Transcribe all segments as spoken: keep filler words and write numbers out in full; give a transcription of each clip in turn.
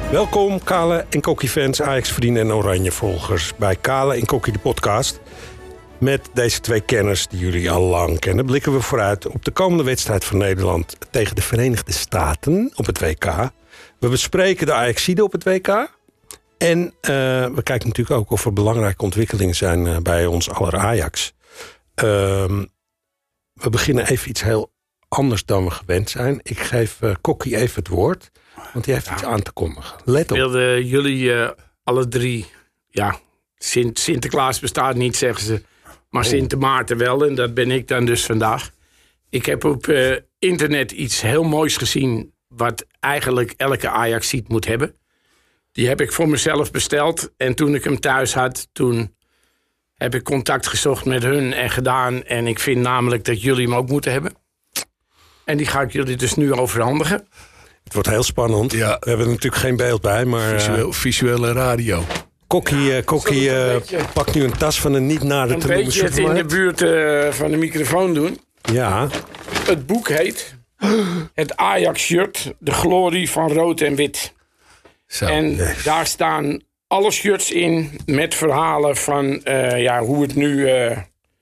Welkom Kale en Kokkie fans, Ajax-vrienden en Oranje-volgers bij Kale en Kokkie de podcast. Met deze twee kenners die jullie al lang kennen, blikken we vooruit op de komende wedstrijd van Nederland tegen de Verenigde Staten op het W K. We bespreken de Ajaxiden op het W K. En uh, we kijken natuurlijk ook of er belangrijke ontwikkelingen zijn uh, bij ons aller Ajax. Uh, we beginnen even iets heel anders dan we gewend zijn. Ik geef uh, Kokkie even het woord, want die heeft ja. iets aan te kondigen. Let op. Ik wilde jullie uh, alle drie... Ja, Sint- Sinterklaas bestaat niet, zeggen ze. Maar oh. Sint Maarten wel, en dat ben ik dan dus vandaag. Ik heb op uh, internet iets heel moois gezien... wat eigenlijk elke Ajaxiet moet hebben. Die heb ik voor mezelf besteld. En toen ik hem thuis had, toen heb ik contact gezocht met hun en gedaan. En ik vind namelijk dat jullie hem ook moeten hebben. En die ga ik jullie dus nu overhandigen. Het wordt heel spannend. Ja. We hebben er natuurlijk geen beeld bij, maar... Visueel, uh, visuele radio. Kokkie, uh, Kokkie uh, pakt nu een tas van een niet nader te noemen supermarkt. Een beetje het in de buurt uh, van de microfoon doen. Ja. Het boek heet... Het Ajax-shirt, de glorie van rood en wit. Zo, en yes. Daar staan alle shirts in met verhalen van uh, ja, hoe het nu... Uh,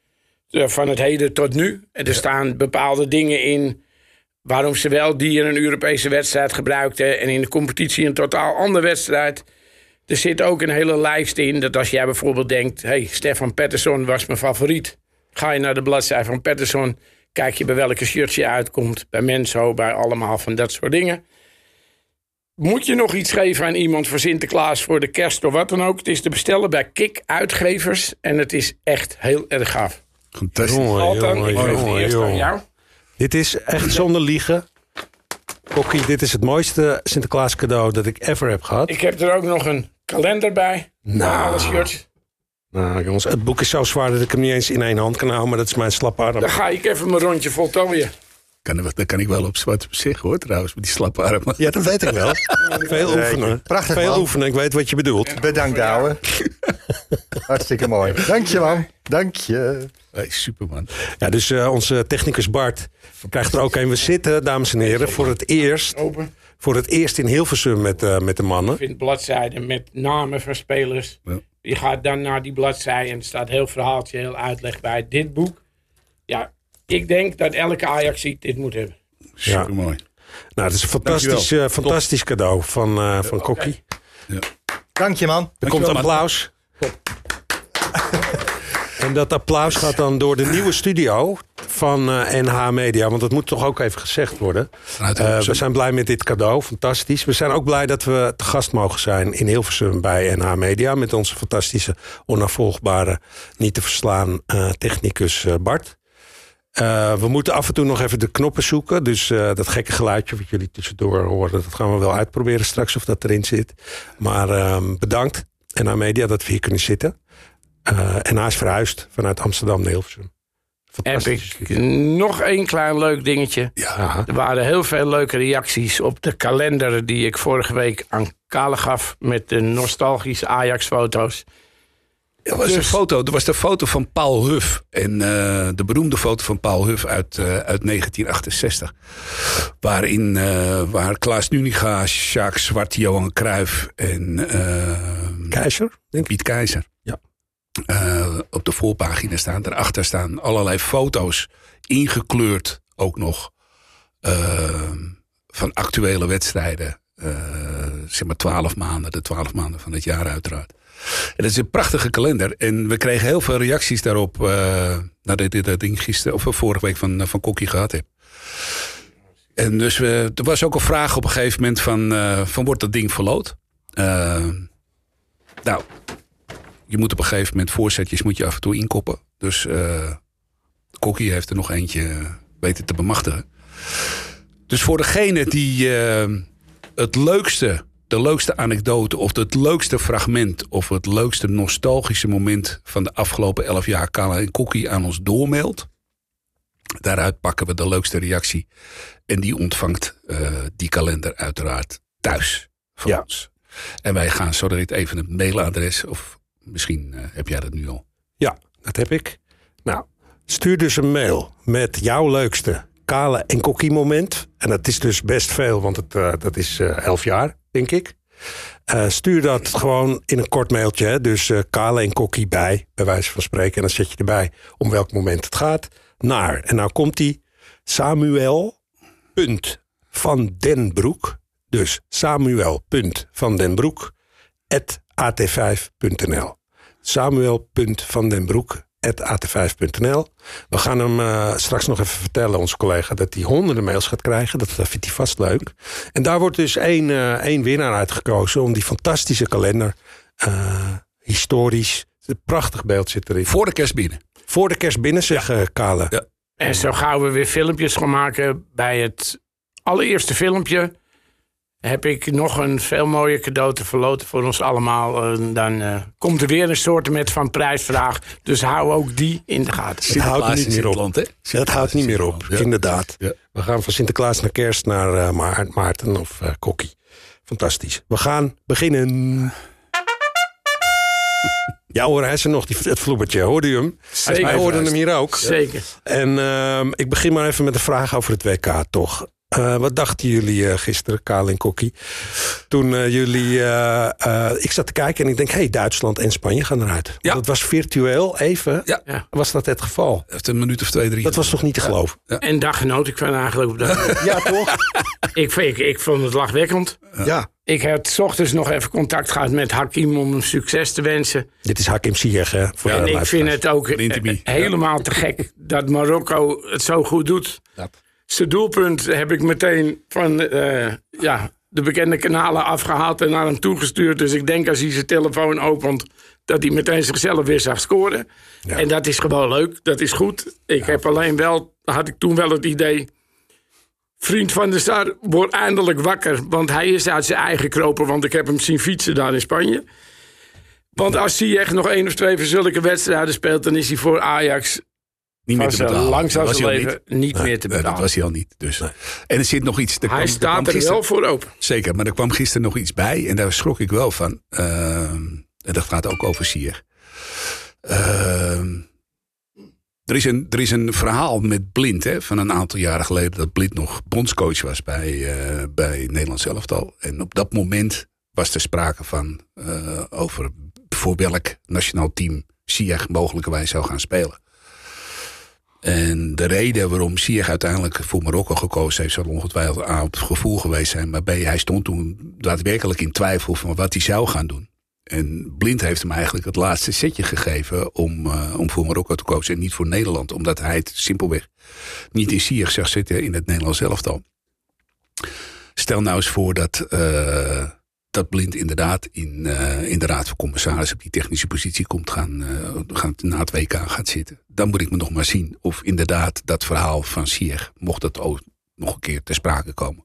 van het heden tot nu. En er ja. staan bepaalde dingen in... waarom ze wel die in een Europese wedstrijd gebruikten... en in de competitie een totaal andere wedstrijd. Er zit ook een hele lijst in... dat als jij bijvoorbeeld denkt... hey, Stefan Pettersson was mijn favoriet. Ga je naar de bladzijde van Pettersson... kijk je bij welke shirts je uitkomt. Bij Menso, bij allemaal van dat soort dingen. Moet je nog iets geven aan iemand voor Sinterklaas... voor de kerst of wat dan ook? Het is te bestellen bij Kik Uitgevers. En het is echt heel erg gaaf. Fantastisch. Jongen, jongen, ik geef jongen, eerst jongen. aan jou. Dit is echt zonder liegen. Kokkie, dit is het mooiste Sinterklaas cadeau dat ik ever heb gehad. Ik heb er ook nog een kalender bij. Nou, alle shirts. Nou jongens, het boek is zo zwaar dat ik hem niet eens in één hand kan houden. Maar dat is mijn slappe arm. Dan ga ik even mijn rondje voltooien. Kan, daar kan ik wel op zwart op zich hoor trouwens, met die slappe armen. Ja, dat weet ik wel. Veel oefenen. Prachtig, Veel man. oefenen, ik weet wat je bedoelt. Ja, bedankt, ouwe. Hartstikke mooi. Dank je, man. Dank je. Hey, super, man. Ja, dus uh, onze technicus Bart krijgt er ook een. We zitten, dames en heren, voor het eerst... Open. Voor het eerst in Hilversum met, uh, met de mannen. Ik vind bladzijden met namen van spelers. Ja. Je gaat dan naar die bladzijde en er staat heel verhaaltje, heel uitleg bij. Dit boek, ja, ik denk dat elke Ajaxiet dit moet hebben. Super mooi. Nou, het is een fantastisch, uh, fantastisch cadeau van, uh, van Kokkie. Ja. Dank je, man. Er Dank komt je wel, applaus. En dat applaus gaat dan door de nieuwe studio van uh, N H Media. Want dat moet toch ook even gezegd worden. Uh, we zijn blij met dit cadeau. Fantastisch. We zijn ook blij dat we te gast mogen zijn in Hilversum bij N H Media. Met onze fantastische, onafvolgbare, niet te verslaan uh, technicus uh, Bart. Uh, we moeten af en toe nog even de knoppen zoeken. Dus uh, dat gekke geluidje wat jullie tussendoor horen... dat gaan we wel uitproberen straks of dat erin zit. Maar uh, bedankt N H Media dat we hier kunnen zitten. Uh, en hij is verhuisd vanuit Amsterdam naar Hilversum. Heb ik nog één klein leuk dingetje. Ja. Er waren heel veel leuke reacties op de kalender... die ik vorige week aan Kale gaf... met de nostalgische Ajax-foto's. Er was, dus, een foto, er was de foto van Paul Huff. En uh, de beroemde foto van Paul Huff uit, uh, uit negentien achtenzestig. Waarin uh, waar Klaas Nuninga, Sjaak Zwart, Johan Cruijff en... Uh, Keizer? Piet Keizer. Ja. Uh, op de voorpagina staan. Daarachter staan allerlei foto's. Ingekleurd ook nog. Uh, van actuele wedstrijden. Uh, zeg maar twaalf maanden. De twaalf maanden van het jaar uiteraard. En dat is een prachtige kalender. En we kregen heel veel reacties daarop. Uh, nadat ik dat ding gisteren of vorige week van, van Kokkie gehad heb. En dus we, er was ook een vraag op een gegeven moment van, uh, van wordt dat ding verloot? Uh, nou, je moet op een gegeven moment voorzetjes moet je af en toe inkoppen. Dus uh, Kokkie heeft er nog eentje weten te bemachtigen. Dus voor degene die uh, het leukste... de leukste anekdote of het leukste fragment... of het leukste nostalgische moment... van de afgelopen elf jaar Kale en Kokkie aan ons doormailt. Daaruit pakken we de leukste reactie. En die ontvangt uh, die kalender uiteraard thuis van ja. ons. En wij gaan zo direct even het mailadres... of misschien uh, heb jij dat nu al. Ja, dat heb ik. Nou, stuur dus een mail met jouw leukste Kale en Kokkie moment. En dat is dus best veel, want het, uh, dat is uh, elf jaar, denk ik. Uh, stuur dat gewoon in een kort mailtje. Hè? Dus uh, Kale en Kokkie bij, bij wijze van spreken. En dan zet je erbij om welk moment het gaat. Naar, en nou komt die Samuel punt van den Broek. Dus Samuel punt van den Broek at a t vijf punt n l. Samuel punt van den Broek at a t vijf punt n l. We gaan hem uh, straks nog even vertellen, onze collega, dat hij honderden mails gaat krijgen. Dat, dat vindt hij vast leuk. En daar wordt dus één, uh, één winnaar uitgekozen om die fantastische kalender. Uh, historisch. Een prachtig beeld zit erin. Voor de kerst binnen. Voor de kerst binnen, zeg ja. Kale. Ja. En zo gauw we weer filmpjes gaan maken bij het allereerste filmpje, heb ik nog een veel mooier cadeau te verloten voor ons allemaal. Uh, dan uh, komt er weer een soortement van prijsvraag. Dus hou ook die in de gaten. Het houdt niet meer op. Land, hè? Het houdt niet meer op, ja. Inderdaad. Ja. We gaan van Sinterklaas naar Kerst naar uh, Ma- Maarten of uh, Kokkie. Fantastisch. We gaan beginnen. Ja hoor, hij is er nog, die, het vloebertje. Hoorde je hem? Zeker. Wij hoorden hem hier ook. Zeker. En uh, ik begin maar even met een vraag over het W K, toch? Uh, wat dachten jullie uh, gisteren, Kale en Kokkie? Toen uh, jullie... Uh, uh, ik zat te kijken en ik denk, hé, hey, Duitsland en Spanje gaan eruit. Ja. Dat was virtueel even. Ja. Was dat het geval? Heeft een minuut of twee, drie. Dat was toch niet te geloven? Ja. En daar genoot ik van eigenlijk op dat. Ja, toch? ik, ik, ik vond het lachwekkend. Ja. Ik heb 's ochtends nog even contact gehad met Hakim om hem succes te wensen. Dit is Hakim Ziyech, hè? Voor en ik vind het ook helemaal te gek dat Marokko het zo goed doet. Ja. Zijn doelpunt heb ik meteen van uh, ja, de bekende kanalen afgehaald en naar hem toegestuurd. Dus ik denk als hij zijn telefoon opent, dat hij meteen zichzelf weer zag scoren. Ja. En dat is gewoon leuk, dat is goed. Ik ja. heb alleen wel, had ik toen wel het idee, vriend van der Sar, word eindelijk wakker. Want hij is uit zijn eigen kropen, want ik heb hem zien fietsen daar in Spanje. Want als hij echt nog één of twee van zulke wedstrijden speelt, dan is hij voor Ajax niet meer te betalen. Lang zou zijn leven niet, niet nee, meer te betalen. Dat was hij al niet. Dus. Nee. En er zit nog iets. Er hij kwam, staat er, er gisteren, wel voor open. Zeker, maar er kwam gisteren nog iets bij. En daar schrok ik wel van. Uh, en dat gaat ook over Ziyech. Uh, er, is een, er is een verhaal met Blind. Hè, van een aantal jaren geleden. Dat Blind nog bondscoach was bij, uh, bij het Nederlands elftal. En op dat moment was er sprake van. Uh, over voor welk nationaal team Ziyech mogelijkerwijs zou gaan spelen. En de reden waarom Ziyech uiteindelijk voor Marokko gekozen heeft, zal ongetwijfeld A, op het gevoel geweest zijn. Maar B, hij stond toen daadwerkelijk in twijfel van wat hij zou gaan doen. En Blind heeft hem eigenlijk het laatste setje gegeven om, uh, om voor Marokko te kozen en niet voor Nederland. Omdat hij het simpelweg niet in Ziyech zag zitten in het Nederlands elftal. Stel nou eens voor dat, uh, dat Blind inderdaad in, uh, in de Raad van Commissarissen op die technische positie komt gaan, uh, gaan na het W K gaat zitten. Dan moet ik me nog maar zien of inderdaad dat verhaal van Ziyech, mocht dat ook nog een keer ter sprake komen,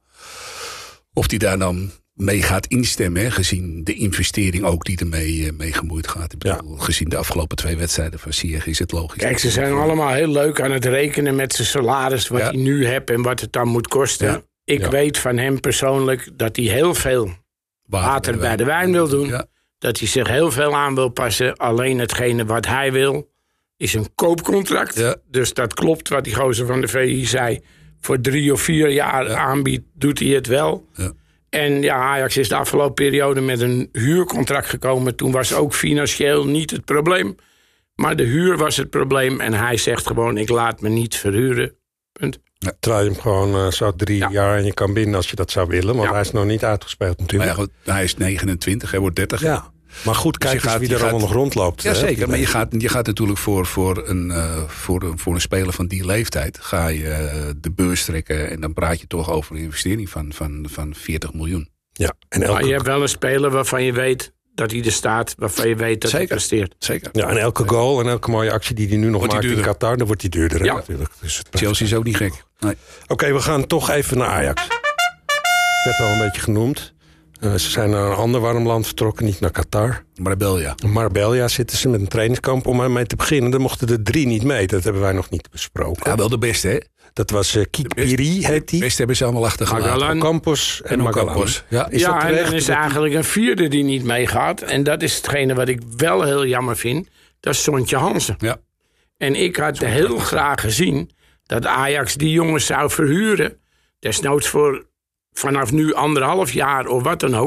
of die daar dan mee gaat instemmen, hè, gezien de investering ook die ermee uh, mee gemoeid gaat. Ik bedoel, ja. Gezien de afgelopen twee wedstrijden van Ziyech is het logisch. Kijk, ze zijn allemaal heel leuk aan het rekenen met zijn salaris, wat ja. hij nu hebt en wat het dan moet kosten. Ja. Ik ja. weet van hem persoonlijk dat hij heel veel water, water bij de wijn wil doen. Ja. Dat hij zich heel veel aan wil passen. Alleen hetgene wat hij wil is een koopcontract. Ja. Dus dat klopt wat die gozer van de V I zei. Voor drie of vier jaar ja. aanbiedt, doet hij het wel. Ja. En ja, Ajax is de afgelopen periode met een huurcontract gekomen. Toen was ook financieel niet het probleem. Maar de huur was het probleem. En hij zegt gewoon, ik laat me niet verhuren. Punt. Ja, terwijl je hem gewoon uh, zo drie ja. jaar en je kan binnen als je dat zou willen. Want ja. hij is nog niet uitgespeeld natuurlijk. Maar ja, goed, hij is negenentwintig, hij wordt dertig. Ja. Maar goed, kijk dus eens gaat, wie er gaat, allemaal nog rondloopt. Ja, hè? Zeker. Maar je gaat, je gaat natuurlijk voor, voor, een, uh, voor, een, voor een speler van die leeftijd, ga je uh, de beurs trekken en dan praat je toch over een investering van, van, van veertig miljoen. Ja. En elke... Maar je hebt wel een speler waarvan je weet dat hij er staat, waarvan je weet dat zeker. hij presteert. Zeker. Ja, en elke goal en elke mooie actie die hij nu nog wordt maakt in Qatar, dan wordt hij duurder. Ja. Natuurlijk. Dus Chelsea is ook niet gek. Nee. Oké, okay, we gaan toch even naar Ajax. Het werd al een beetje genoemd. Uh, ze zijn naar een ander warm land vertrokken, niet naar Qatar. Marbella. Marbella zitten ze met een trainingskamp. Om ermee te beginnen, er mochten er drie niet mee. Dat hebben wij nog niet besproken. Ja, wel de beste, hè? Dat was uh, Kikpiri, heet die. De beste hebben ze allemaal achtergelaten. Campos en, en Magallanes. Ja, is ja dat en dan is er eigenlijk een vierde die niet meegaat. En dat is hetgene wat ik wel heel jammer vind. Dat is Sontje Hansen. Ja. En ik had Sontje heel Hansen. graag gezien dat Ajax die jongens zou verhuren. Desnoods voor vanaf nu anderhalf jaar of wat dan ook.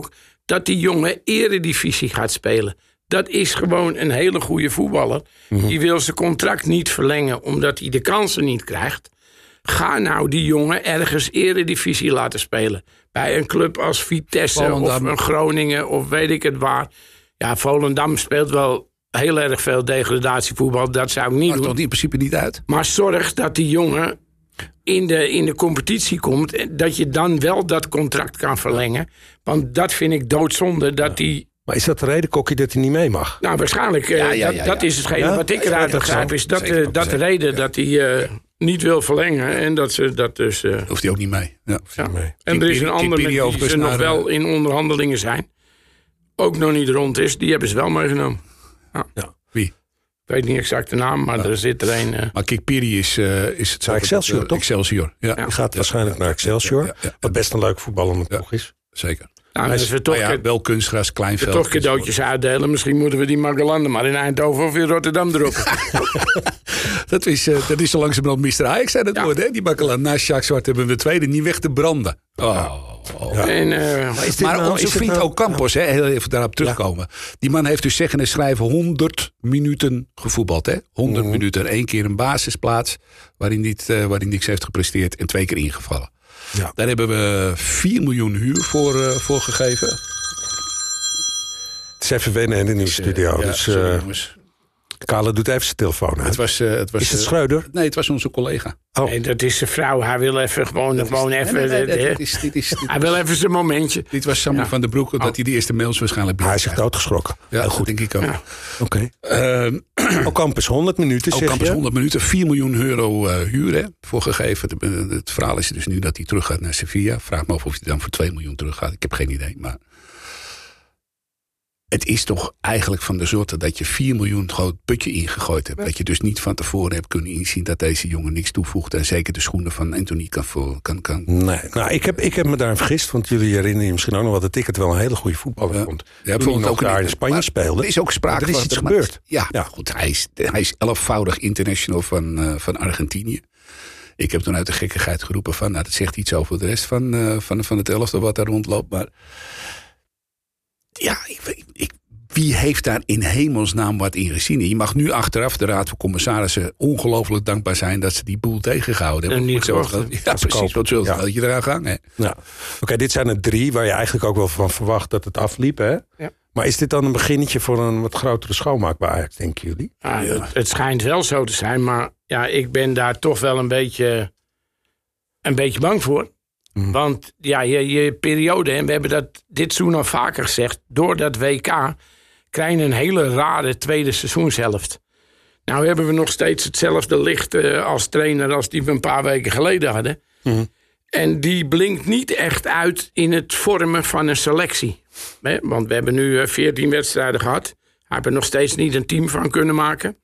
dat die jongen eredivisie gaat spelen. Dat is gewoon een hele goede voetballer. Mm-hmm. Die wil zijn contract niet verlengen omdat hij de kansen niet krijgt. Ga nou die jongen ergens eredivisie laten spelen. Bij een club als Vitesse Volendam. Of een Groningen of weet ik het waar. Ja, Volendam speelt wel heel erg veel degradatievoetbal. Dat zou ik niet Maakt doen. toch in principe niet uit? Maar zorg dat die jongen in de, in de competitie komt. Dat je dan wel dat contract kan verlengen. Want dat vind ik doodzonde dat die... Ja. Maar is dat de reden, Kokkie, dat hij niet mee mag? Nou, waarschijnlijk. Ja, ja, ja, ja. Dat, dat is hetgene ja? wat ik eruit begrijp. Is dat, uh, dat de reden ja. dat hij uh, ja. niet wil verlengen. En dat ze dat dus... Uh, hoeft hij ook niet mee. Ja. Ja. mee. En er is een ander met die ze nog wel in onderhandelingen zijn. Ook nog niet rond is. Die hebben ze wel meegenomen. Ja. Ja. Wie? Ik weet niet exact de naam, maar ja. er zit er een... Uh... Maar Kikpiri is, uh, is het... Naar Excelsior, uh, toch? Excelsior, ja. Die gaat ja. waarschijnlijk naar Excelsior. Ja, ja, ja. Wat best een leuk voetballer nog ja. is. Zeker. Nou, als we toch, ja, wel kunstgras, kleinveld. toch cadeautjes uitdelen. Misschien moeten we die Magellan maar in Eindhoven of in Rotterdam erop. dat, is, uh, dat is zo langzamerhand mister Ajax aan het ja. worden, hè? Die Magellan. Naast Jacques Zwart hebben we de tweede niet weg te branden. Oh. Oh. Ja. En, uh, maar maar nou, onze vriend nou? Ocampos, hè, heel even daarop terugkomen. Ja. Die man heeft dus zeggen en schrijven honderd minuten gevoetbald. Hè? honderd mm-hmm. minuten. Eén keer een basisplaats waarin niet, uh, waarin niks heeft gepresteerd. En twee keer ingevallen. Ja. Daar hebben we vier miljoen huur voor, uh, voor gegeven. Het is even wennen in de nieuwe studio. Ja, dus, sorry, uh, jongens. Kale doet even zijn telefoon uit. Het was, uh, het was, is het Schreuder? Nee, het was onze collega. Oh. Nee, dat is zijn vrouw. Hij wil even gewoon, dat gewoon is, even... Nee, nee, nee, dit is, dit is, dit hij wil even zijn momentje. Dit was Sammy ja. van den Broek, dat oh. hij de eerste mails waarschijnlijk... Hij is zich doodgeschrokken. Ja, Heel goed, denk ik ook. Ja. Oké. Okay. Uh, Ocampos, honderd minuten, zeg Ocampos, je? honderd minuten, vier miljoen euro uh, huur hè, voor gegeven. Het, het verhaal is dus nu dat hij terug gaat naar Sevilla. Vraag me af of hij dan voor twee miljoen terug gaat. Ik heb geen idee, maar... Het is toch eigenlijk van de soort dat je vier miljoen groot putje ingegooid hebt. Dat je dus niet van tevoren hebt kunnen inzien dat deze jongen niks toevoegt. En zeker de schoenen van Anthony kan... kan, kan. Nee, nou, ik heb, ik heb me daar vergist. Want jullie herinneren je misschien ook nog wel dat ik het wel een hele goede voetballer ja. vond. Ja, toen hij ook daar in Spanje speelde. Er is ook sprake van. Er is iets gebeurd. Ja, ja, goed. Hij is, hij is elfvoudig international van, uh, van Argentinië. Ik heb toen uit de gekkigheid geroepen van... Nou, dat zegt iets over de rest van, uh, van, van het elftal wat daar rondloopt. Maar ja, ik, ik wie heeft daar in hemelsnaam wat in gezien? Je mag nu achteraf de Raad van Commissarissen ongelooflijk dankbaar zijn dat ze die boel tegengehouden hebben. En niet zelf, ja, precies. Wat zult ja. je eraan gaan? Ja. Oké, okay, dit zijn er drie waar je eigenlijk ook wel van verwacht dat het afliep. Hè? Ja. Maar is dit dan een beginnetje voor een wat grotere schoonmaak bij Ajax, denken jullie? Ja, ja. Het, het schijnt wel zo te zijn, maar ja, ik ben daar toch wel een beetje, een beetje bang voor. Mm. Want ja, je, je periode, en we hebben dat dit seizoen al vaker gezegd, door dat W K krijg je een hele rare tweede seizoenshelft. Nou hebben we nog steeds hetzelfde licht uh, als trainer als die we een paar weken geleden hadden. Mm. En die blinkt niet echt uit in het vormen van een selectie. He, want we hebben nu veertien wedstrijden gehad. Hij heeft er nog steeds niet een team van kunnen maken.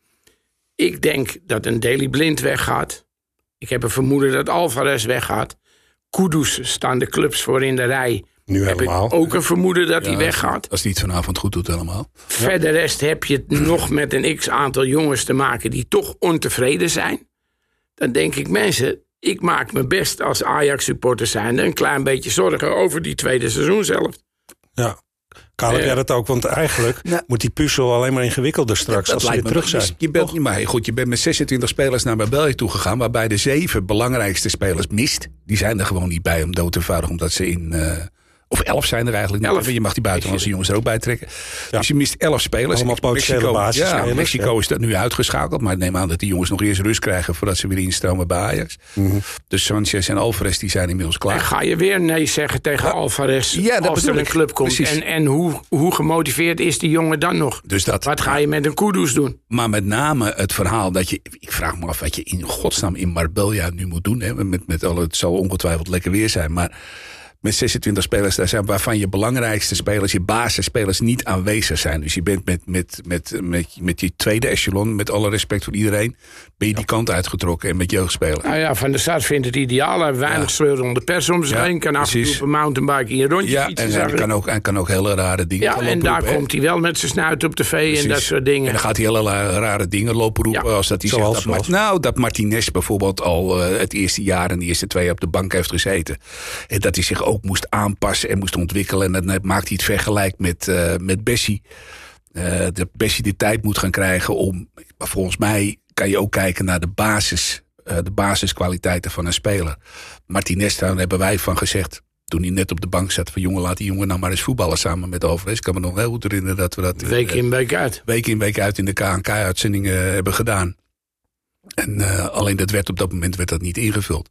Ik denk dat een Daley Blind weggaat. Ik heb een vermoeden dat Alvarez weggaat. Kudus staan de clubs voor in de rij. Nu heb helemaal. ik ook een vermoeden dat ja, hij weggaat. Als hij het vanavond goed doet helemaal. Verder rest heb je het nog met een x-aantal jongens te maken die toch ontevreden zijn. Dan denk ik, mensen, ik maak me best als Ajax-supporter zijnde een klein beetje zorgen over die tweede seizoenshelft. Ja. Karel, heb jij dat ook? Want eigenlijk nou, moet die puzzel alleen maar ingewikkelder straks ja, als ze weer terug zijn. Dus je bent, maar goed, je bent met zesentwintig spelers naar België toe gegaan, waarbij de zeven belangrijkste spelers mist. Die zijn er gewoon niet bij om dood te eenvoudig, omdat ze in... Uh, Of elf zijn er eigenlijk niet. Elf. Je mag die buitenlandse jongens er ook bij trekken. Ja. Dus je mist elf spelers. Allemaal potentiële basis. Ja, Mexico ja. is dat nu uitgeschakeld. Maar ik neem aan dat die jongens nog eerst rust krijgen voordat ze weer instromen bij Ajax. Mm-hmm. Dus Sanchez en Alvarez die zijn inmiddels klaar. En ga je weer nee zeggen tegen ja. Alvarez ja, dat als er een club komt. Precies. En, en hoe, hoe gemotiveerd is die jongen dan nog? Dus dat, wat ga je met een Kudus doen? Maar met name het verhaal dat je... Ik vraag me af wat je in godsnaam in Marbella nu moet doen. Hè? Met, met alle, het zal ongetwijfeld lekker weer zijn. Maar... Met zesentwintig spelers daar zijn waarvan je belangrijkste spelers, je basisspelers niet aanwezig zijn. Dus je bent met, met, met, met, met je tweede echelon, met alle respect voor iedereen, ben je die kant uitgetrokken en met jeugdspelers. Nou ja, Van der Sar vindt het ideaal. Hij heeft weinig ja. sleur onder de pers om zich heen. Kan af en toe op een mountainbike in een rondje ja, fietsen. En hij kan, ook, hij kan ook hele rare dingen ja, lopen en daar roepen, komt hij wel met zijn snuit op tv Precies. en dat soort dingen. En dan gaat hij hele rare dingen lopen roepen. Ja. Als dat hij zoals, zegt dat, zoals. Nou, dat Martinez bijvoorbeeld al uh, het eerste jaar en de eerste twee op de bank heeft gezeten. En dat hij zich ook moest aanpassen en moest ontwikkelen. En dan maakt hij het vergelijk met, uh, met Bessie. Uh, dat Bessie de tijd moet gaan krijgen om... Maar volgens mij kan je ook kijken naar de basis... Uh, de basiskwaliteiten van een speler. Martinez, daar hebben wij van gezegd... toen hij net op de bank zat... van jongen, laat die jongen nou maar eens voetballen samen met Alvarez. Ik kan me nog heel goed herinneren dat we dat... Week in, week uit. Week in, week uit in de K en K-uitzendingen uh, hebben gedaan. En uh, alleen dat werd op dat moment werd dat niet ingevuld.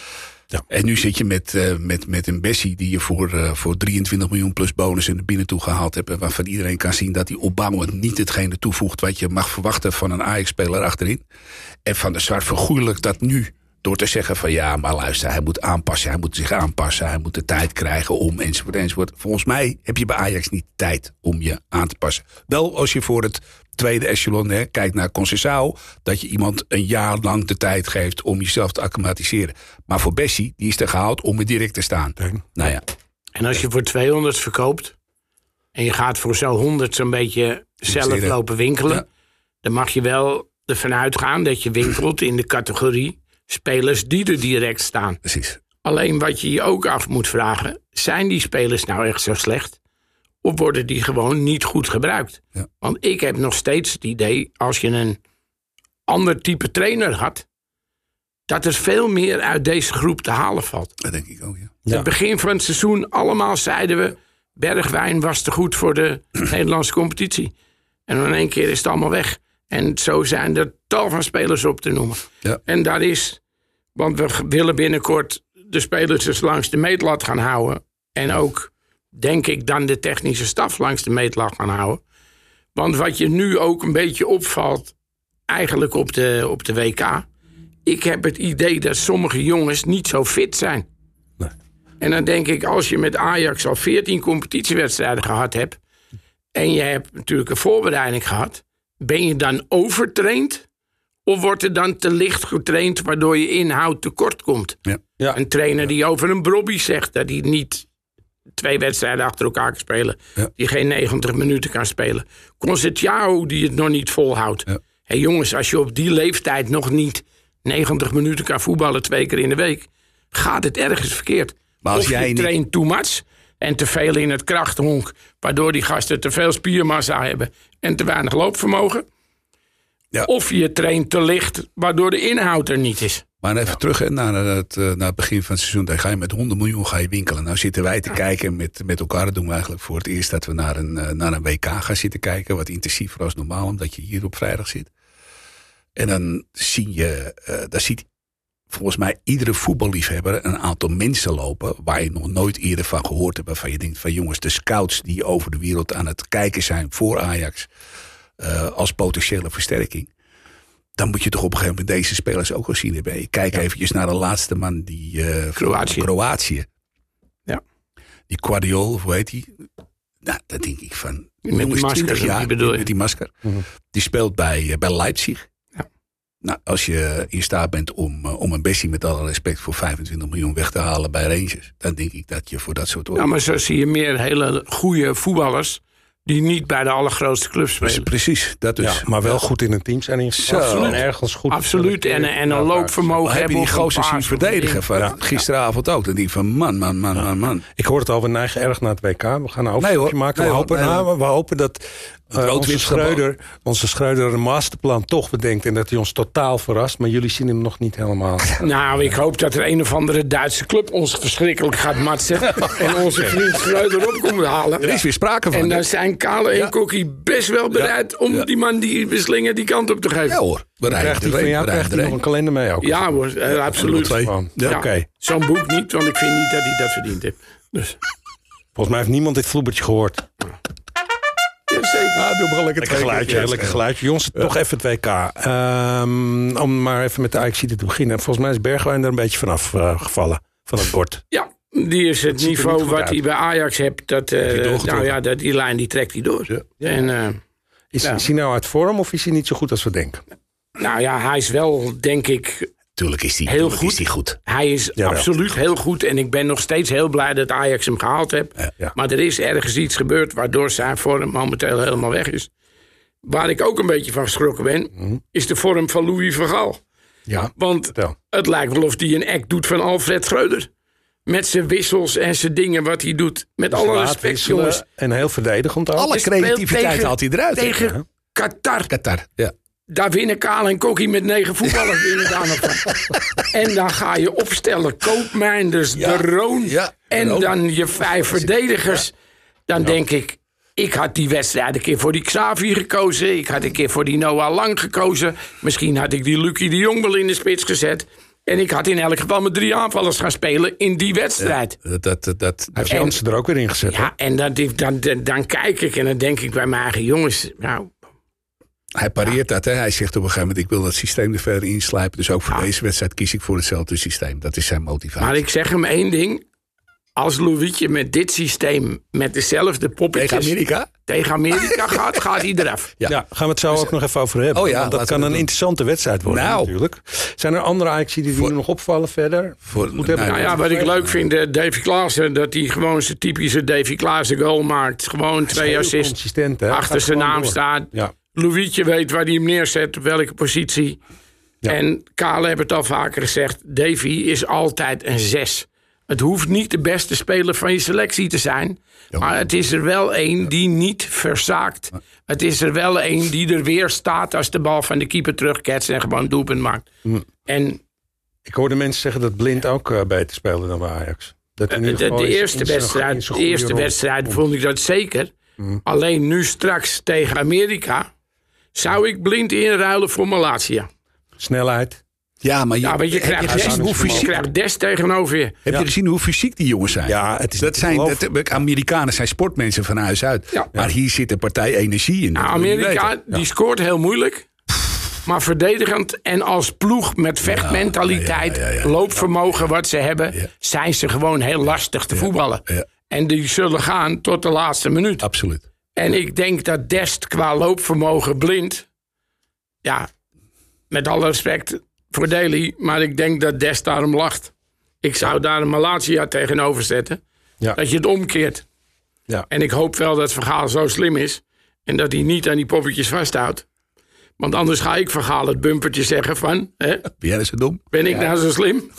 Ja. En nu zit je met, uh, met, met een Bessie... die je voor, uh, voor drieëntwintig miljoen plus bonus in de binnen toe gehaald hebt... en waarvan iedereen kan zien dat hij opbouwend niet hetgene toevoegt... wat je mag verwachten van een Ajax-speler achterin. En Van der Sar vergoeilijkt dat nu... door te zeggen van ja, maar luister, hij moet aanpassen... hij moet zich aanpassen, hij moet de tijd krijgen om... enzovoort, enzovoort. Volgens mij heb je bij Ajax niet de tijd om je aan te passen. Wel als je voor het tweede echelon hè, kijkt naar Conceição... dat je iemand een jaar lang de tijd geeft om jezelf te acclimatiseren. Maar voor Bessie, die is er gehaald om er direct te staan. Nee. Nou ja. En als je voor tweehonderd verkoopt... en je gaat voor zo'n honderd zo'n beetje zelf lopen winkelen... Ja. dan mag je wel ervan uitgaan dat je winkelt in de categorie... spelers die er direct staan. Precies. Alleen wat je je ook af moet vragen... zijn die spelers nou echt zo slecht? Of worden die gewoon niet goed gebruikt? Ja. Want ik heb nog steeds het idee... als je een ander type trainer had... dat er veel meer uit deze groep te halen valt. Dat denk ik ook, ja. ja. Het begin van het seizoen allemaal zeiden we... Bergwijn was te goed voor de Nederlandse competitie. En in één keer is het allemaal weg... En zo zijn er tal van spelers op te noemen. Ja. En dat is, want we willen binnenkort de spelers dus langs de meetlat gaan houden. En ook, denk ik, dan de technische staf langs de meetlat gaan houden. Want wat je nu ook een beetje opvalt, eigenlijk op de, op de W K... ik heb het idee dat sommige jongens niet zo fit zijn. Nee. En dan denk ik, als je met Ajax al veertien competitiewedstrijden gehad hebt... en je hebt natuurlijk een voorbereiding gehad... ben je dan overtraind? Of wordt er dan te licht getraind... waardoor je inhoud tekort komt? Ja. Ja. Een trainer die over een Brobby zegt... dat hij niet twee wedstrijden achter elkaar kan spelen... Ja. die geen negentig minuten kan spelen. Conceição die het nog niet volhoudt. Ja. Hey jongens, als je op die leeftijd nog niet... negentig minuten kan voetballen twee keer in de week... gaat het ergens verkeerd. Maar als of jij je niet... traint too much... en te veel in het krachthonk... waardoor die gasten te veel spiermassa hebben... en te weinig loopvermogen. Ja. Of je traint te licht... waardoor de inhoud er niet is. Maar even ja. terug hè, naar, het, naar het begin van het seizoen. Dan ga je met honderd miljoen ga je winkelen. Nou zitten wij te ja. kijken met, met elkaar. Dat doen we eigenlijk voor het eerst... dat we naar een, naar een W K gaan zitten kijken. Wat intensiever als normaal... omdat je hier op vrijdag zit. En dan zie je... Uh, daar ziet volgens mij iedere voetballiefhebber een aantal mensen lopen... waar je nog nooit eerder van gehoord hebt... waarvan je denkt van jongens, de scouts die over de wereld aan het kijken zijn... voor Ajax uh, als potentiële versterking... dan moet je toch op een gegeven moment deze spelers ook gezien hebben. Je kijkt ja. eventjes naar de laatste man, die uh, Kroatië. Kroatië. Ja. Die Guardiol, of hoe heet die? Nou, dat denk ik van... Met die masker, twintig jaar, die bedoel je? Met die masker. Mm-hmm. Die speelt bij, uh, bij Leipzig. Nou, als je in staat bent om, uh, om een Bessie met alle respect voor vijfentwintig miljoen weg te halen bij Rangers, dan denk ik dat je voor dat soort... Ja, maar zo zie je meer hele goede voetballers die niet bij de allergrootste clubs spelen. Precies, dat dus. Ja, maar wel goed in een team zijn ingesteld. En ergens goed. Absoluut, en, en een loopvermogen hebben. Heb je die gozer zien verdedigen van ja. gisteravond ook. Dan denk ik van man, man, man, ja. man, man. Ik hoor het al, we neigen erg naar het W K. We gaan een overstapje nee, maken. Nee, we, hoor, hopen, nee, nou, we hopen dat uh, onze, Schreuder, onze Schreuder een masterplan toch bedenkt. En dat hij ons totaal verrast. Maar jullie zien hem nog niet helemaal. Nou, ik hoop dat er een of andere Duitse club ons verschrikkelijk gaat matsen. En onze vriend Schreuder op komt halen. Er is weer sprake van. En dan zijn Kale en ja. Kokkie best wel bereid ja. om ja. die man die beslingen die kant op te geven. Ja hoor. Krijgt hij van jou krijgt hij nog een kalender mee ook? Ja hoor, uh, absoluut. Ja. Ja. Okay. Zo'n boek niet, want ik vind niet dat hij dat verdiend heeft. Dus. Volgens mij heeft niemand dit vloebertje gehoord. Ja, zeker. Nou, doe maar lekker, lekker geluidje. Ja, lekker geluidje. Jongens, ja. toch even het W K. Um, om maar even met de Ajax te beginnen. Volgens mij is Bergwijn er een beetje vanaf uh, gevallen. Van het bord. Ja, die is het, het niveau wat uit. hij bij Ajax hebt. Dat, uh, nou ja, dat, die lijn die trekt hij door. Ja. En, uh, is, ja. is hij nou uit vorm of is hij niet zo goed als we denken? Nou ja, hij is wel, denk ik... Tuurlijk is hij heel goed. Is hij goed. Hij is Jawel. absoluut heel goed. En ik ben nog steeds heel blij dat Ajax hem gehaald heeft. Ja, ja. Maar er is ergens iets gebeurd waardoor zijn vorm momenteel helemaal weg is. Waar ik ook een beetje van geschrokken ben, mm. is de vorm van Louis van Gaal. Ja, Want vertel. Het lijkt wel of hij een act doet van Alfred Schreuder. met zijn wissels en zijn dingen wat hij doet. Met alle respect, jongens. En heel verdedigend ook. Alle creativiteit tegen, haalt hij eruit. Tegen ja. Qatar. Qatar, ja. Daar winnen Kaal en Kokkie met negen voetballers binnen daar nog van. En dan ga je opstellen Koopmijnders, ja. De Roon. Ja. En Roon. Dan je vijf verdedigers. Dan ja. denk ik, ik had die wedstrijd een keer voor die Xavi gekozen. Ik had een keer voor die Noah Lang gekozen. Misschien had ik die Lucie de Jong wel in de spits gezet. En ik had in elk geval met drie aanvallers gaan spelen in die wedstrijd. Ja, dat, dat, dat, Heeft Jansen er ook weer in gezet. Ja, hè? En dan, dan, dan, dan kijk ik en dan denk ik bij mijn eigen jongens... Nou, hij pareert ja. dat, hè? Hij zegt op een gegeven moment... ik wil dat systeem er verder inslijpen. Dus ook voor ja. deze wedstrijd kies ik voor hetzelfde systeem. Dat is zijn motivatie. Maar ik zeg hem één ding. Als Louietje met dit systeem... met dezelfde poppetjes... Tegen Amerika? Tegen Amerika gaat, gaat hij eraf. Ja. ja, gaan we het zo ook nog even over hebben. Oh ja, dat kan een doen. interessante wedstrijd worden nou. natuurlijk. Zijn er andere Ajaxiden die voor, nog opvallen verder? Voor, Goed hebben nou ja, wat ik leuk vind, uh, Davy Klaassen... dat hij gewoon zijn typische Davy Klaassen goal maakt. Gewoon twee assists. Achter zijn naam door. staat. Ja. Louietje weet waar hij hem neerzet, op welke positie. Ja. En Kale heeft het al vaker gezegd... Davy is altijd een zes. Het hoeft niet de beste speler van je selectie te zijn... Ja. maar het is er wel één die niet verzaakt. Ja. Het is er wel één die er weer staat... als de bal van de keeper terugketst en gewoon doelpunt maakt. Ja. En, ik hoorde mensen zeggen dat Blind ook uh, beter speelde dan bij Ajax. Dat in de, de, de eerste wedstrijd, de eerste wedstrijd vond ik dat zeker. Ja. Alleen nu straks tegen Amerika... zou ik Blind inruilen voor Malasia. Snelheid. Ja, maar je, ja, je, je krijgt Des, hoe fysiek, je krijgt Des tegenover je. Heb ja. je gezien hoe fysiek die jongens zijn? Ja, het is dat zijn dat, Amerikanen zijn sportmensen van huis uit. Ja. Maar hier zit een partij energie in. Nou, Amerika die ja. scoort heel moeilijk. Maar verdedigend en als ploeg met vechtmentaliteit, ja, ja, ja, ja, ja. loopvermogen wat ze hebben... Ja. zijn ze gewoon heel lastig te ja. voetballen. Ja. En die zullen gaan tot de laatste minuut. Absoluut. En ik denk dat Dest qua loopvermogen Blind... ja, met alle respect... voor Daly, maar ik denk dat Des daarom lacht. Ik zou daar een Malasia tegenover zetten. Ja. Dat je het omkeert. Ja. En ik hoop wel dat Van Gaal zo slim is... en dat hij niet aan die poppetjes vasthoudt. Want anders ga ik Van Gaal het bumpertje zeggen van... Hè, ben jij zo dom? Ben ik ja. nou zo slim?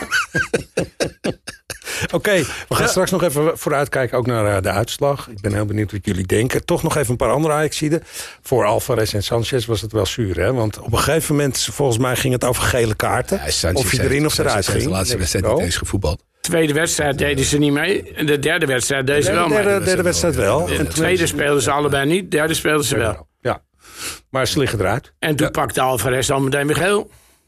Oké, okay, we gaan ja. straks nog even vooruitkijken ook naar uh, de uitslag. Ik ben heel benieuwd wat jullie denken. Toch nog even een paar andere Ajaxiden. Voor Alvarez en Sanchez was het wel zuur, hè? Want op een gegeven moment, volgens mij ging het over gele kaarten. Ja, of je erin of eruit ging. De laatste wedstrijd niet eens gevoetbald. Tweede wedstrijd deden ze niet mee. De derde wedstrijd deden ze wel mee. De derde, derde wedstrijd wel. De tweede speelden ze allebei niet. De derde speelden ze wel. Ja, maar ze liggen eruit. En toen ja. pakte Alvarez al meteen weer geel.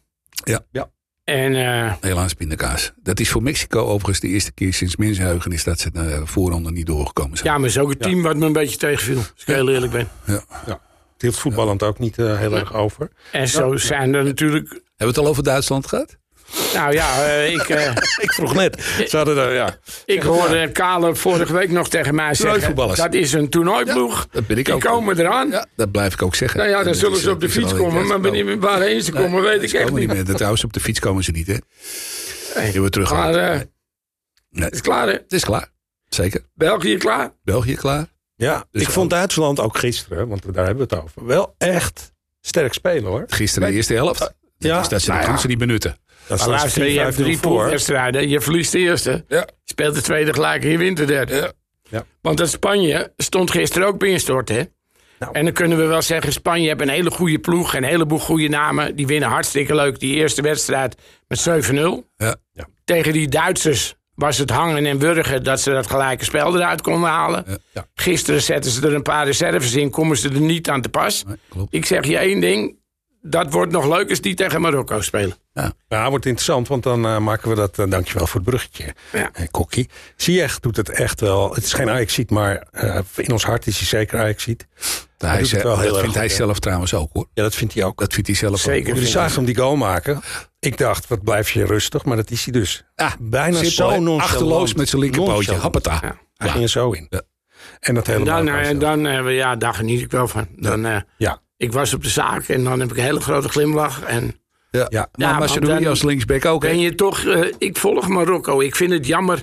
Ja. Ja. En, uh, helaas pindakaas. Dat is voor Mexico overigens de eerste keer sinds mensenheugenis dat ze de voorronde niet doorgekomen zijn. Ja, maar het is ook het team ja. wat me een beetje tegenviel. Als ik heel eerlijk ben. Ja. Ja. Het hield voetballand ja. ook niet uh, heel ja. erg over. En zo ja. zijn er natuurlijk... Hebben we het al over Duitsland gehad? Nou ja, uh, ik... Uh, ik vroeg net. Ze hadden er, ja. Ik hoorde Kale vorige week nog tegen mij zeggen... dat is een toernooiploeg. Ja, dat ben ik ook. Die komen eraan. Ja, dat blijf ik ook zeggen. Nou ja, dan dat zullen is, ze op de fiets komen. Maar wanneer waarheen ze komen, nee, weet ik echt niet. niet meer. Trouwens, op de fiets komen ze niet, hè? Nee. Die we terug gaan. Maar uh, nee. Het is klaar, hè? Het is klaar. Zeker. België klaar? België klaar. Ja, dus ik vond Duitsland ook gisteren, want daar hebben we het over, wel echt sterk spelen, hoor. Gisteren de eerste helft. Ja. Dus dat ze, nou ja. ze niet benutten. Dat maar luister, je hebt drie poolwedstrijden. Je verliest de eerste. Ja. Je speelt de tweede gelijk en je wint de derde. Ja. Ja. Want dat Spanje stond gisteren ook bij instort, hè? Nou. En dan kunnen we wel zeggen... Spanje heeft een hele goede ploeg... en een heleboel goede namen. Die winnen hartstikke leuk die eerste wedstrijd met zeven nul. Ja. Ja. Tegen die Duitsers was het hangen en wurgen... dat ze dat gelijke spel eruit konden halen. Ja. Ja. Gisteren zetten ze er een paar reserves in... komen ze er niet aan te pas. Nee, ik zeg je één ding... dat wordt nog leuk als die tegen Marokko spelen. Ja, ja wordt interessant, want dan uh, maken we dat... Uh, dankjewel voor het bruggetje, ja. uh, Kokkie. Ziyech doet het echt wel. Het is geen Ajaxiet, maar uh, in ons hart is hij zeker Ajaxiet. Hij hij zegt, wel heel dat vindt hij ja. zelf trouwens ook, hoor. Ja, dat vindt hij ook. Dat vindt hij zelf zeker. ook. Jullie zagen hem die goal maken. Ik dacht, wat blijf je rustig, maar dat is hij dus. Ah, bijna simpel, zo nonchalant. Achterloos met zijn linkerpootje. Happata. Ja. Hij ging er zo in. Ja. En dat hele dan, uh, dan uh, ja, daar geniet ik wel van. Dan, uh, ja. Ik was op de zaak en dan heb ik een hele grote glimlach. En ja, ja. Maar ja, Mazraoui als linksback ook. Ben je toch, uh, ik volg Marokko. Ik vind het jammer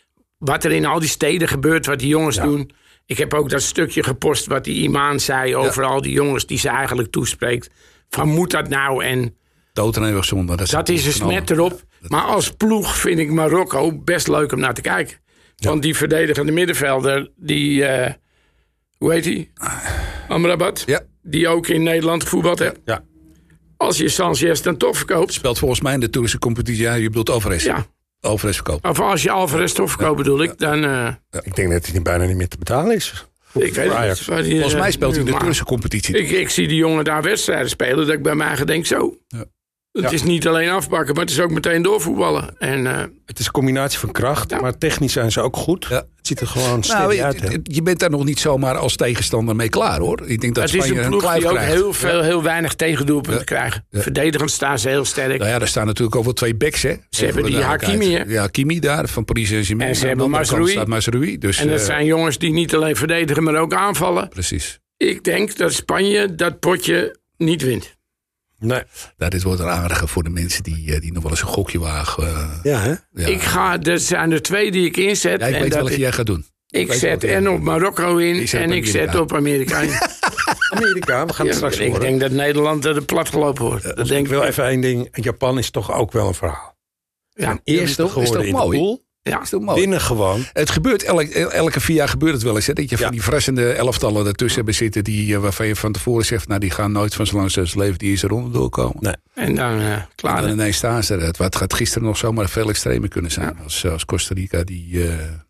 wat er in al die steden gebeurt, wat die jongens ja. doen. Ik heb ook dat stukje gepost wat die imam zei over ja. al die jongens die ze eigenlijk toespreekt. Van moet dat nou? En dood en eeuwig zonde. Dat, dat is een smet erop. Maar als ploeg vind ik Marokko best leuk om naar te kijken. Ja. Want die verdedigende middenvelder, die... Uh, hoe heet die? Amrabat. Ja. Die ook in Nederland gevoetbald heeft. Ja. Als je Sanchez dan toch verkoopt... Speelt volgens mij in de Turkse competitie. Ja, je bedoelt Alvarez. Ja. Alvarez verkopen. Of als je Alvarez toch verkoopt, ja. bedoel ik, dan... Uh, ja. Ik denk dat hij niet bijna niet meer te betalen is. Ik weet het niet. Die, volgens mij speelt hij in de Turkse competitie. Ik, ik zie die jongen daar wedstrijden spelen, dat ik bij mij denk zo. Ja. Het ja. is niet alleen afpakken, maar het is ook meteen doorvoetballen. En, uh, het is een combinatie van kracht, ja. maar technisch zijn ze ook goed. Ja. Het ziet er gewoon steady nou, uit. Hè? Je bent daar nog niet zomaar als tegenstander mee klaar, hoor. Ik denk dat het Spanje is een ploeg een die ook krijgt. heel, veel, heel weinig tegendoelpunten ja. krijgen. Ja. Verdedigend staan ze heel sterk. Nou ja, daar staan natuurlijk ook wel twee backs, hè. Ze hebben die Hakimi, hè. Ja, Hakimi daar, van Paris Saint-Germain. En ze hebben Mazraoui. Mazraoui dus, en dat uh, zijn jongens die niet alleen verdedigen, maar ook aanvallen. Precies. Ik denk dat Spanje dat potje niet wint. Nee. Nou, dit wordt een aardige voor de mensen die, die nog wel eens een gokje wagen. Uh, ja, hè? Ja. Ik ga, er zijn er twee die ik inzet. Ja, ik en weet dat welke ik, jij gaat doen. Ik, ik zet en op Marokko in en ik Amerika. zet op Amerika in. Amerika, we gaan het ja, straks ik horen. Ik denk dat Nederland er plat gelopen wordt. Uh, dat denk ik wil even één ding. Japan is toch ook wel een verhaal. Ja, eerste geworden in mooi. de pool. Ja, is toch mooi. Winnen gewoon. Het gebeurt, elke, elke vier jaar gebeurt het wel eens. Hè, dat je ja. van die verrassende elftallen ertussen hebben zitten. Die, waarvan je van tevoren zegt, nou, die gaan nooit van zo lang als leven die eerste ronde doorkomen. Nee. En dan uh, klaar. En dan ineens staan ze er. Het gaat gisteren nog zomaar veel extremer kunnen zijn. Ja. Als, als Costa Rica die... Uh,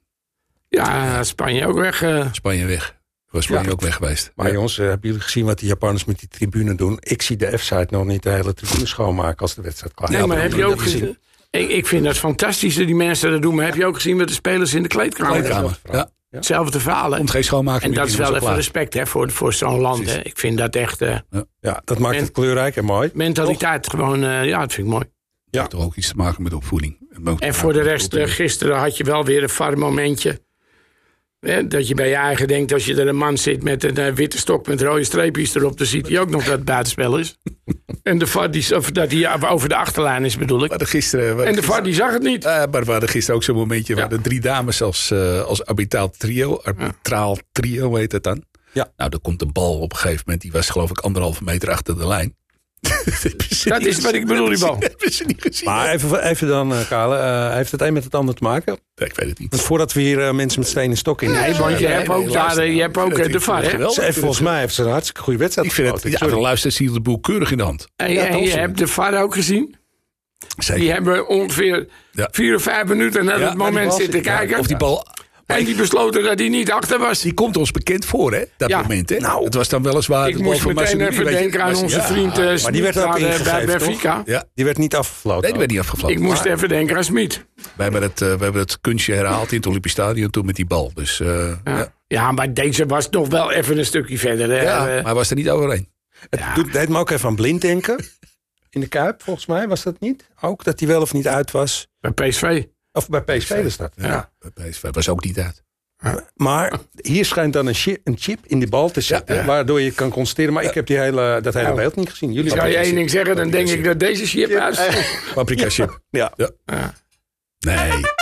ja, Spanje ook weg. Uh. Spanje weg. Was Spanje ja. ook weg geweest. Maar ja. jongens, uh, hebben jullie gezien wat die Japanners met die tribune doen? Ik zie de F-site nog niet de hele tribune schoonmaken als de wedstrijd klaar is. Nee, maar ja, heb je ook gezien? Ik, ik vind het fantastisch dat die mensen dat doen. Maar heb je ook gezien met de spelers in de kleedkamer? kleedkamer. Ja. Hetzelfde verhaal. Komt geen schoonmaken. En dat is wel even respect hè, voor, voor zo'n land. Hè. Ik vind dat echt... Uh, ja. ja, dat maakt men, het kleurrijk en mooi. Mentaliteit toch? Gewoon, uh, ja, dat vind ik mooi. Ja. Dat heeft toch ook iets te maken met opvoeding. En voor de rest, uh, gisteren had je wel weer een V A R-momentje. Hè, dat je bij je eigen denkt, als je er een man zit met een uh, witte stok met rode streepjes erop, dan ziet hij ook nog dat het buitenspel is. En de V A R, die, of dat hij over de achterlijn is, bedoel ik. Gisteren, en de V A R, die zag het niet. Uh, maar we hadden gisteren ook zo'n momentje ja. waar de drie dames als, uh, als arbitraal trio, arbitraal trio heet het dan. Ja. Nou, er komt een bal op een gegeven moment, die was geloof ik anderhalve meter achter de lijn. Dat is wat ik bedoel, die bal. Hebben ze niet gezien. Maar even, even dan, uh, Kale. Uh, heeft het een met het ander te maken? Ja, ik weet het niet. Want voordat we hier uh, mensen met stenen stok in... Nee, want je hebt ook, daar, je hebt ook uh, de V A R, hè? Ze heeft, volgens mij heeft ze een hartstikke goede wedstrijd ik vind het, ja, de luisteraars zien de boel keurig in de hand. En, ja, en je hebt de V A R ook gezien? Zeker. Die hebben ongeveer ja. vier of vijf minuten naar ja, het moment zitten kijken. Ja, of die bal... En die besloten dat hij niet achter was. Die komt ons bekend voor, hè? Dat ja. moment, hè? Nou, het was dan weliswaar... Ik moest meteen even denken aan onze ja. vriend uh, Smit. Maar die werd ook ingegeven, bij Benfica. Ja. Die werd niet afgefloten. Nee, die werd niet afgefloten. Ik moest maar, even denken aan Smit. We hebben het, uh, we hebben het kunstje herhaald in het Olympisch Stadion toen met die bal. Dus, uh, ja. Ja. ja, maar deze was nog wel even een stukje verder. Hè? Ja, maar hij was er niet overheen. Het ja. doet, deed me ook even aan Blind denken. In de Kuip, volgens mij, was dat niet? Ook dat hij wel of niet uit was. Bij P S V. Of bij P S V is dat. Ja, ja. Bij P S V was ook niet uit. Maar hier schijnt dan een chip, een chip in die bal te zitten, ja, ja. waardoor je kan constateren. Maar ja. ik heb die hele, dat hele beeld niet gezien. Jullie zou je één ding zeggen, dan denk ik dat deze chip uit. Paprika chip. Ja. ja. ja. Nee.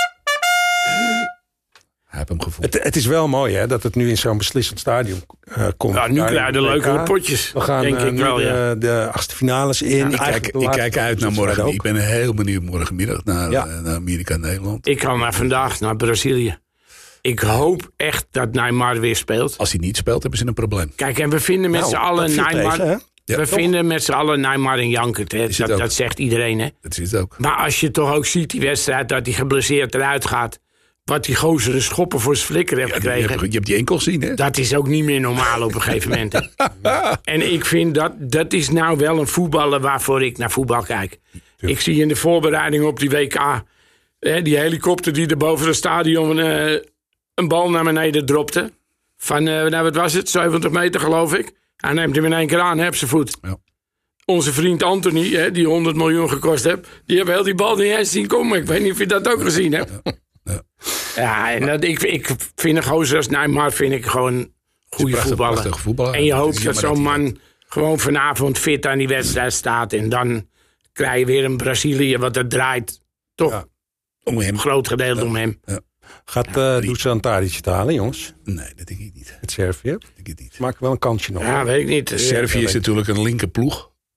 Hij heeft hem gevoeld. Het, het is wel mooi hè, dat het nu in zo'n beslissend stadium uh, komt. Ja, nu krijg je de leukere potjes. We gaan denk uh, ik wel, de, ja. de achtste finales in. Ja, ik, kijk, ik kijk uit naar morgen. Ik ben heel benieuwd morgenmiddag naar, ja. naar Amerika en Nederland. Ik ga naar vandaag naar Brazilië. Ik hoop echt dat Neymar weer speelt. Als hij niet speelt, hebben ze een probleem. Kijk, en we vinden met nou, z'n allen Neymar... Tegen, ja, we toch? vinden met z'n allen Neymar en Jankert. Hè? Dat, dat zegt iedereen. Hè? Dat is het ook. Maar als je toch ook ziet die wedstrijd, dat hij geblesseerd eruit gaat... wat die gozer de schoppen voor zijn flikker heeft ja, gekregen... Je hebt, je hebt die enkel gezien, hè? Dat is ook niet meer normaal op een gegeven moment. En ik vind dat... dat is nou wel een voetballer waarvoor ik naar voetbal kijk. Ja. Ik zie in de voorbereiding op die W K... Hè, die helikopter die er boven het stadion... Uh, een bal naar beneden dropte. Van, uh, nou wat was het, zeventig meter geloof ik. Hij neemt hem in één keer aan, heb zijn voet. Ja. Onze vriend Anthony, hè, die honderd miljoen gekost heeft... die hebben heel die bal niet eens zien komen. Ik weet niet of je dat ook gezien hebt. Ja, ja. ja en dat, ik, ik vind een gozer als Neymar vind ik gewoon goede voetballer. voetballer. En je hoopt dat zo'n man dat gewoon vanavond fit aan die wedstrijd staat... en dan krijg je weer een Brazilië wat er draait. Toch ja. om hem. Een groot gedeelte ja. om hem. Ja. Gaat uh, Dusan Tadic het halen, jongens? Nee, dat denk ik niet. Het Servië? Denk ik niet. Maak wel een kansje nog. Ja, weet ik niet. Servië is natuurlijk een linker ploeg.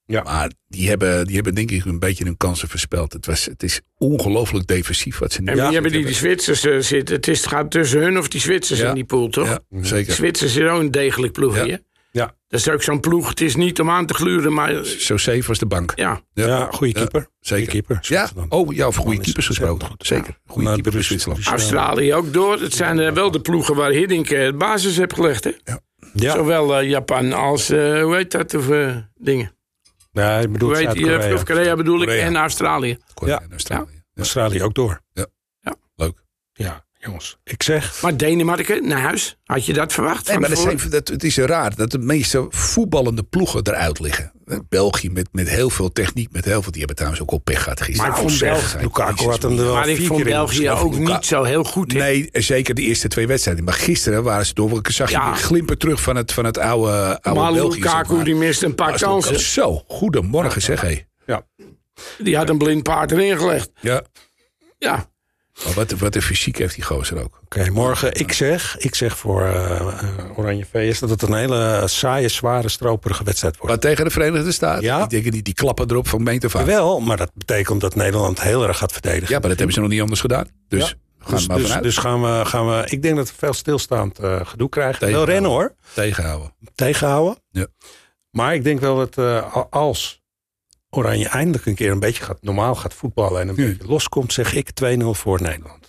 Ja. Maar die hebben, die hebben denk ik een beetje hun kansen verspeld. Het, was, het is ongelooflijk defensief wat ze nu En wie hebben die, die Zwitsers uh, zitten? Het, is, het gaat tussen hun of die Zwitsers ja. in die pool, toch? Ja, zeker. De Zwitsers is ook een degelijk ploegje. Ja. Ja. Dat is ook zo'n ploeg. Het is niet om aan te gluren, maar... Zo safe als de bank. Ja, ja. ja goede keeper. Ja, zeker. Goeie keeper. Ja. Oh, ja, over goede keepers gesproken. Zeker. Goede ja. keeper in Zwitserland. Australië ook door. Het zijn uh, wel de ploegen waar Hiddink uh, basis heeft gelegd, hè? Ja. Ja. Zowel uh, Japan als, uh, hoe heet dat, of uh, dingen. Ja, ik bedoel Zuid-Korea. Of Korea bedoel ik, Korea. en Australië. Korea Ja. en Australië. Ja. Australië ook door. Ja. Ja. Leuk. Ja, jongens. Ik zeg... Maar Denemarken naar huis, had je dat verwacht? Nee, maar dat zijn, dat, het is raar dat de meeste voetballende ploegen eruit liggen. België met, met heel veel techniek, met heel veel. Die hebben trouwens ook al pech gehad gisteren. Maar ik vond België, Lukaku had hem er wel maar ik vier vond keer in België geschoven. ook niet zo heel goed in. Nee, zeker de eerste twee wedstrijden. Maar gisteren waren ze door. Ik zag je Ja. glimpen terug van het, van het oude, oude Maar België. Lukaku zeg maar. die miste een paar Dat is ook- kansen. Zo, goedemorgen zeg hé. Ja. Die had een blind paard erin gelegd. Ja. Ja. Maar wat, wat een fysiek heeft die gozer ook. Oké, okay, morgen, ik zeg, ik zeg voor uh, uh, Oranje V S dat het een hele saaie, zware, stroperige wedstrijd wordt. Maar tegen de Verenigde Staten? Ja. Ik denk die, die klappen erop van meter van. Wel, maar dat betekent dat Nederland heel erg gaat verdedigen. Ja, maar dat hebben ze nog niet anders gedaan. Dus Ja. gaan Dus, we maar dus, vanuit. dus gaan, we, gaan we, ik denk dat we veel stilstaand uh, gedoe krijgen. Tegenhouden. Wel rennen hoor, Tegenhouden. tegenhouden. Ja. Maar ik denk wel dat uh, als Oranje eindelijk een keer een beetje gaat, normaal gaat voetballen en een Ja. beetje loskomt, zeg ik twee nul voor Nederland.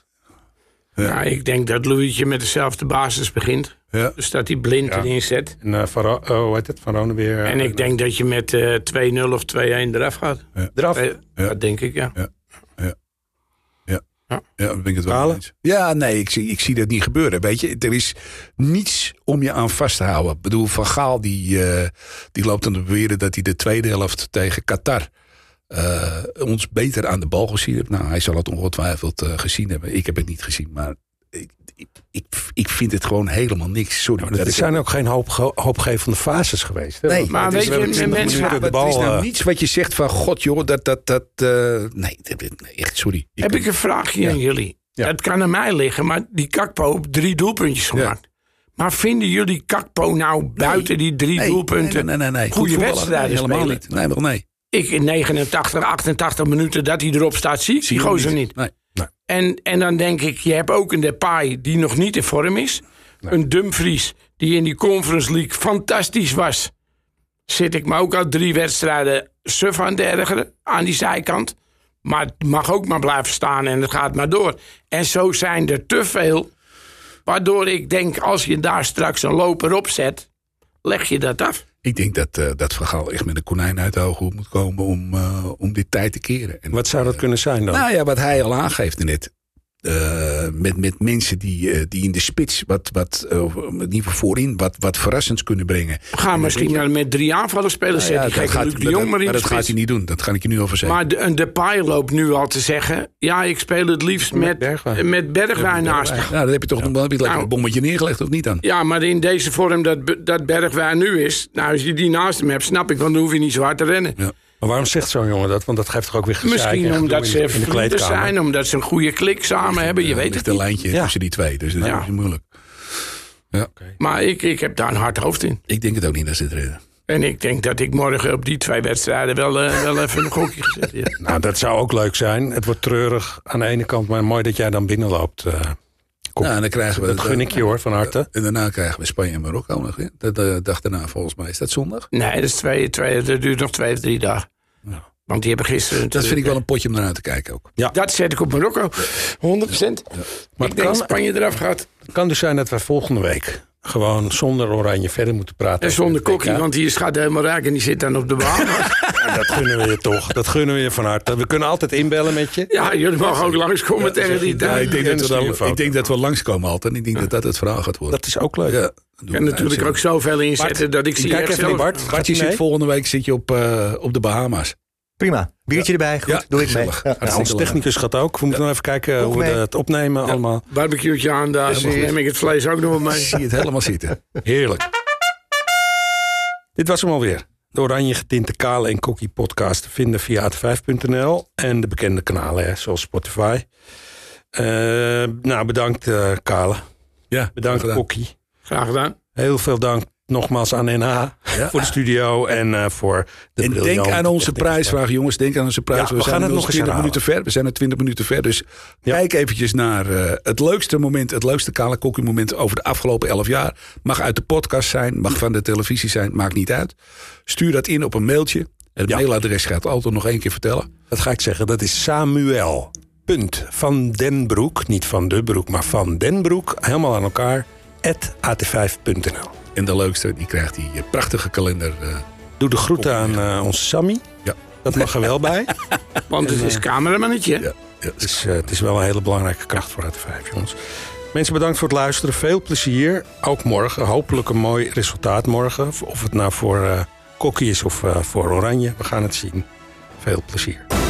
Ja. Ja, ik denk dat Louietje met dezelfde basis begint. Ja. Dus dat hij blind Ja. erin zet. En uh, Van, Ro- uh, hoe heet het? Van Ronen weer. uh, En ik denk dat je met uh, twee nul of twee-een eraf gaat. eraf. Eh, Ja. Dat denk ik, ja. Ja. Ja. Ja. Ja. Ja, daar ben ik het wel Kale? mee eens. Ja, nee, ik zie, ik zie dat niet gebeuren. Weet je, er is niets om je aan vast te houden. Ik bedoel, Van Gaal die, uh, die loopt aan te beweren dat hij de tweede helft tegen Qatar uh, ons beter aan de bal gezien heeft. Nou, hij zal het ongetwijfeld uh, gezien hebben. Ik heb het niet gezien, maar ik, ik, ik, ik vind het gewoon helemaal niks. Sorry. Er zijn ook geen hoop, hoopgevende fases geweest. Hè? Nee, Want maar het is- weet je, we hebben mensen- twintig minuten Maar de het is bal. nou uh, niets wat je zegt van god joh, dat, dat, dat, uh, nee, dat- nee, echt sorry. Heb kan- ik een vraagje Ja. aan jullie? Ja. Het kan aan mij liggen, maar die Kakpo op drie doelpuntjes gemaakt. Maar vinden jullie Kakpo nou buiten die drie Nee, doelpunten nee, nee, nee, nee. goede Goed voetballen, wedstrijden nee, helemaal spelen? niet. Nee, nog nee. Ik in negenentachtig, achtentachtig minuten dat hij erop staat, zie ik die je gozer niet. Nee. En, en dan denk ik, je hebt ook een Depay die nog niet in vorm is. Een Dumfries die in die Conference League fantastisch was. Zit ik me ook al drie wedstrijden suf aan te ergeren aan die zijkant. Maar het mag ook maar blijven staan en het gaat maar door. En zo zijn er te veel. Waardoor ik denk, als je daar straks een loper op zet, leg je dat af. Ik denk dat, uh, dat Van Gaal echt met een konijn uit de ogen moet komen om, uh, om dit tijd te keren. En, Wat zou dat kunnen zijn dan? Nou ja, wat hij al aangeeft net. Uh, met, met mensen die, uh, die in de spits, wat, wat, uh, in ieder geval voorin, wat, wat verrassends kunnen brengen. We gaan misschien wel met drie aanvallers spelen. Nou Zet ja, die dat gekke gaat, Luc de maar Jong dat, maar in maar de dat gaat spits. hij niet doen. Dat kan ik je nu al verzekeren. Maar de, een Depay loopt nu al te zeggen, ja, ik speel het liefst met, Met Bergwijn. met Bergwijn naast. Nou, dan heb je toch nog wel heb je lekker Nou. een bommetje neergelegd of niet dan? Ja, maar in deze vorm dat, dat Bergwijn nu is, nou, als je die naast hem hebt, snap ik, want dan hoef je niet zo hard te rennen. Ja. Maar waarom zegt zo'n jongen dat? Want dat geeft toch ook weer gezeik en Misschien gedoe omdat in ze de- in de vrienden kleedkamer. zijn, omdat ze een goede klik samen hebben, je Er weet ligt het een niet. lijntje Ja. tussen die twee, dus dat Ja. is niet moeilijk. Ja. Maar ik, ik heb daar een hard hoofd in. Ik denk het ook niet dat ze het redden. En ik denk dat ik morgen op die twee wedstrijden wel, uh, wel even een gokje gezet heb. Nou, dat zou ook leuk zijn. Het wordt treurig aan de ene kant, maar mooi dat jij dan binnenloopt. Uh, Kom. Nou, en dan krijgen we dat gun ik je hoor, van harte. En daarna krijgen we Spanje en Marokko nog. Hè? De, de dag daarna volgens mij. Is dat zondag? Nee, dat, is twee, twee, dat duurt nog twee of drie dagen. Ja. Want die hebben gisteren... Dat vind ik wel een potje om naar uit te kijken ook. Dat zet ik op Marokko. honderd procent. Maar Maar het ik denk kan- dat Spanje eraf gaat. Het kan dus zijn dat we volgende week gewoon zonder Oranje verder moeten praten. En over zonder het W K. kokkie, want die gaat helemaal raak en die zit dan op de baan. Ja, dat gunnen we je toch. Dat gunnen we je van harte. We kunnen altijd inbellen met je. Ja, jullie mogen ook langskomen Ja, tegen die ja, Ja, tijd. ik, denk en dat we stuur je dan, foto. ik denk dat we langskomen altijd. En ik denk dat dat het verhaal gaat worden. Dat is ook leuk. Ja, En natuurlijk ook zoveel inzetten dat ik zie kijk echt even naar zelf- Bart. Bart, je mee? zit volgende week zit je op, uh, op de Bahama's. Prima. Biertje erbij. Goed, Ja, doe ik mee. gezellig. Ja. Nou, onze technicus gaat ook. We moeten nog even kijken Ook hoe we mee. het opnemen allemaal. Barbecue'tje aan, daar dan neem ik het vlees ook nog wel mee. Zie je het helemaal zitten. Heerlijk. Dit was hem alweer. De oranje getinte Kale en Kokkie podcast te vinden via a t vijf punt n l en de bekende kanalen, hè, zoals Spotify. Uh, nou, bedankt uh, Kale. Ja, Bedankt gedaan. Kokkie. Graag gedaan. Heel veel dank nogmaals aan N H ja. voor de studio en uh, voor de En denk aan onze prijsvraag, jongens. Denk aan onze prijsvraag. Ja, we, we gaan het nog eens twintig minuten ver. We zijn er twintig minuten ver. Dus ja. kijk eventjes naar uh, het leukste moment, het leukste Kale Kokkie moment over de afgelopen elf jaar. Mag uit de podcast zijn, mag van de televisie zijn, maakt niet uit. Stuur dat in op een mailtje. Het ja. mailadres gaat altijd nog één keer vertellen. Dat ga ik zeggen. Dat is Samuel. Punt. Van den Broek. Niet van de Broek, maar van den Broek. Helemaal aan elkaar. at a t vijf punt n l. En de leukste, die krijgt die prachtige kalender. Uh, Doe de groeten aan uh, onze Sammy. Ja. Dat mag er wel bij. Want het is cameramannetje. Ja. Ja. Het, is, uh, het is wel een hele belangrijke kracht voor A T vijf, jongens. Mensen, bedankt voor het luisteren. Veel plezier. Ook morgen. Hopelijk een mooi resultaat morgen. Of het nou voor uh, Kokkie is of uh, voor Oranje. We gaan het zien. Veel plezier.